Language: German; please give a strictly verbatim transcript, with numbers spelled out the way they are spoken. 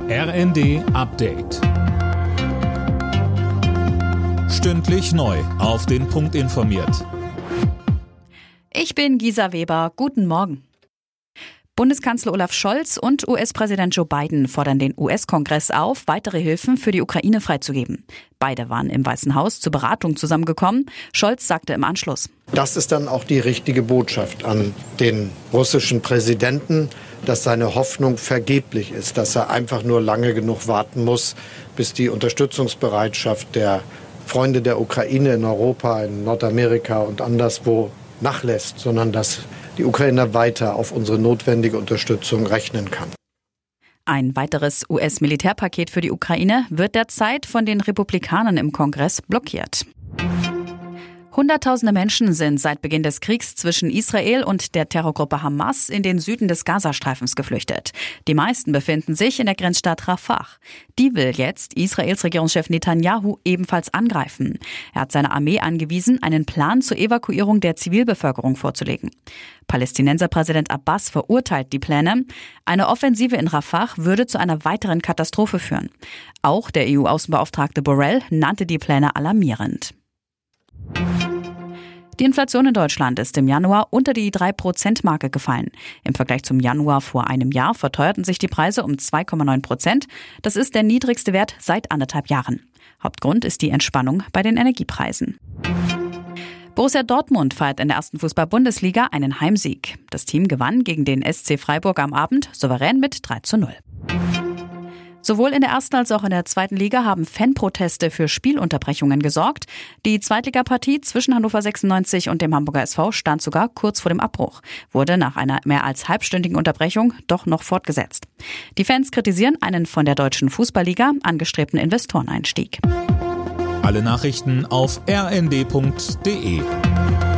R N D Update. Stündlich neu auf den Punkt informiert. Ich bin Gisa Weber. Guten Morgen. Bundeskanzler Olaf Scholz und U S-Präsident Joe Biden fordern den U S-Kongress auf, weitere Hilfen für die Ukraine freizugeben. Beide waren im Weißen Haus zur Beratung zusammengekommen. Scholz sagte im Anschluss: Das ist dann auch die richtige Botschaft an den russischen Präsidenten, dass seine Hoffnung vergeblich ist, dass er einfach nur lange genug warten muss, bis die Unterstützungsbereitschaft der Freunde der Ukraine in Europa, in Nordamerika und anderswo nachlässt, sondern dass die Ukraine weiter auf unsere notwendige Unterstützung rechnen kann. Ein weiteres U S-Militärpaket für die Ukraine wird derzeit von den Republikanern im Kongress blockiert. Hunderttausende Menschen sind seit Beginn des Kriegs zwischen Israel und der Terrorgruppe Hamas in den Süden des Gazastreifens geflüchtet. Die meisten befinden sich in der Grenzstadt Rafah. Die will jetzt Israels Regierungschef Netanyahu ebenfalls angreifen. Er hat seine Armee angewiesen, einen Plan zur Evakuierung der Zivilbevölkerung vorzulegen. Palästinenserpräsident Abbas verurteilt die Pläne. Eine Offensive in Rafah würde zu einer weiteren Katastrophe führen. Auch der E U-Außenbeauftragte Borrell nannte die Pläne alarmierend. Die Inflation in Deutschland ist im Januar unter die drei Prozent Marke gefallen. Im Vergleich zum Januar vor einem Jahr verteuerten sich die Preise um zwei Komma neun Prozent. Das ist der niedrigste Wert seit anderthalb Jahren. Hauptgrund ist die Entspannung bei den Energiepreisen. Borussia Dortmund feiert in der ersten Fußball-Bundesliga einen Heimsieg. Das Team gewann gegen den S C Freiburg am Abend souverän mit drei zu null. Sowohl in der ersten als auch in der zweiten Liga haben Fanproteste für Spielunterbrechungen gesorgt. Die Zweitligapartie zwischen Hannover sechsundneunzig und dem Hamburger S V stand sogar kurz vor dem Abbruch, wurde nach einer mehr als halbstündigen Unterbrechung doch noch fortgesetzt. Die Fans kritisieren einen von der Deutschen Fußballliga angestrebten Investoreneinstieg. Alle Nachrichten auf r n d punkt d e.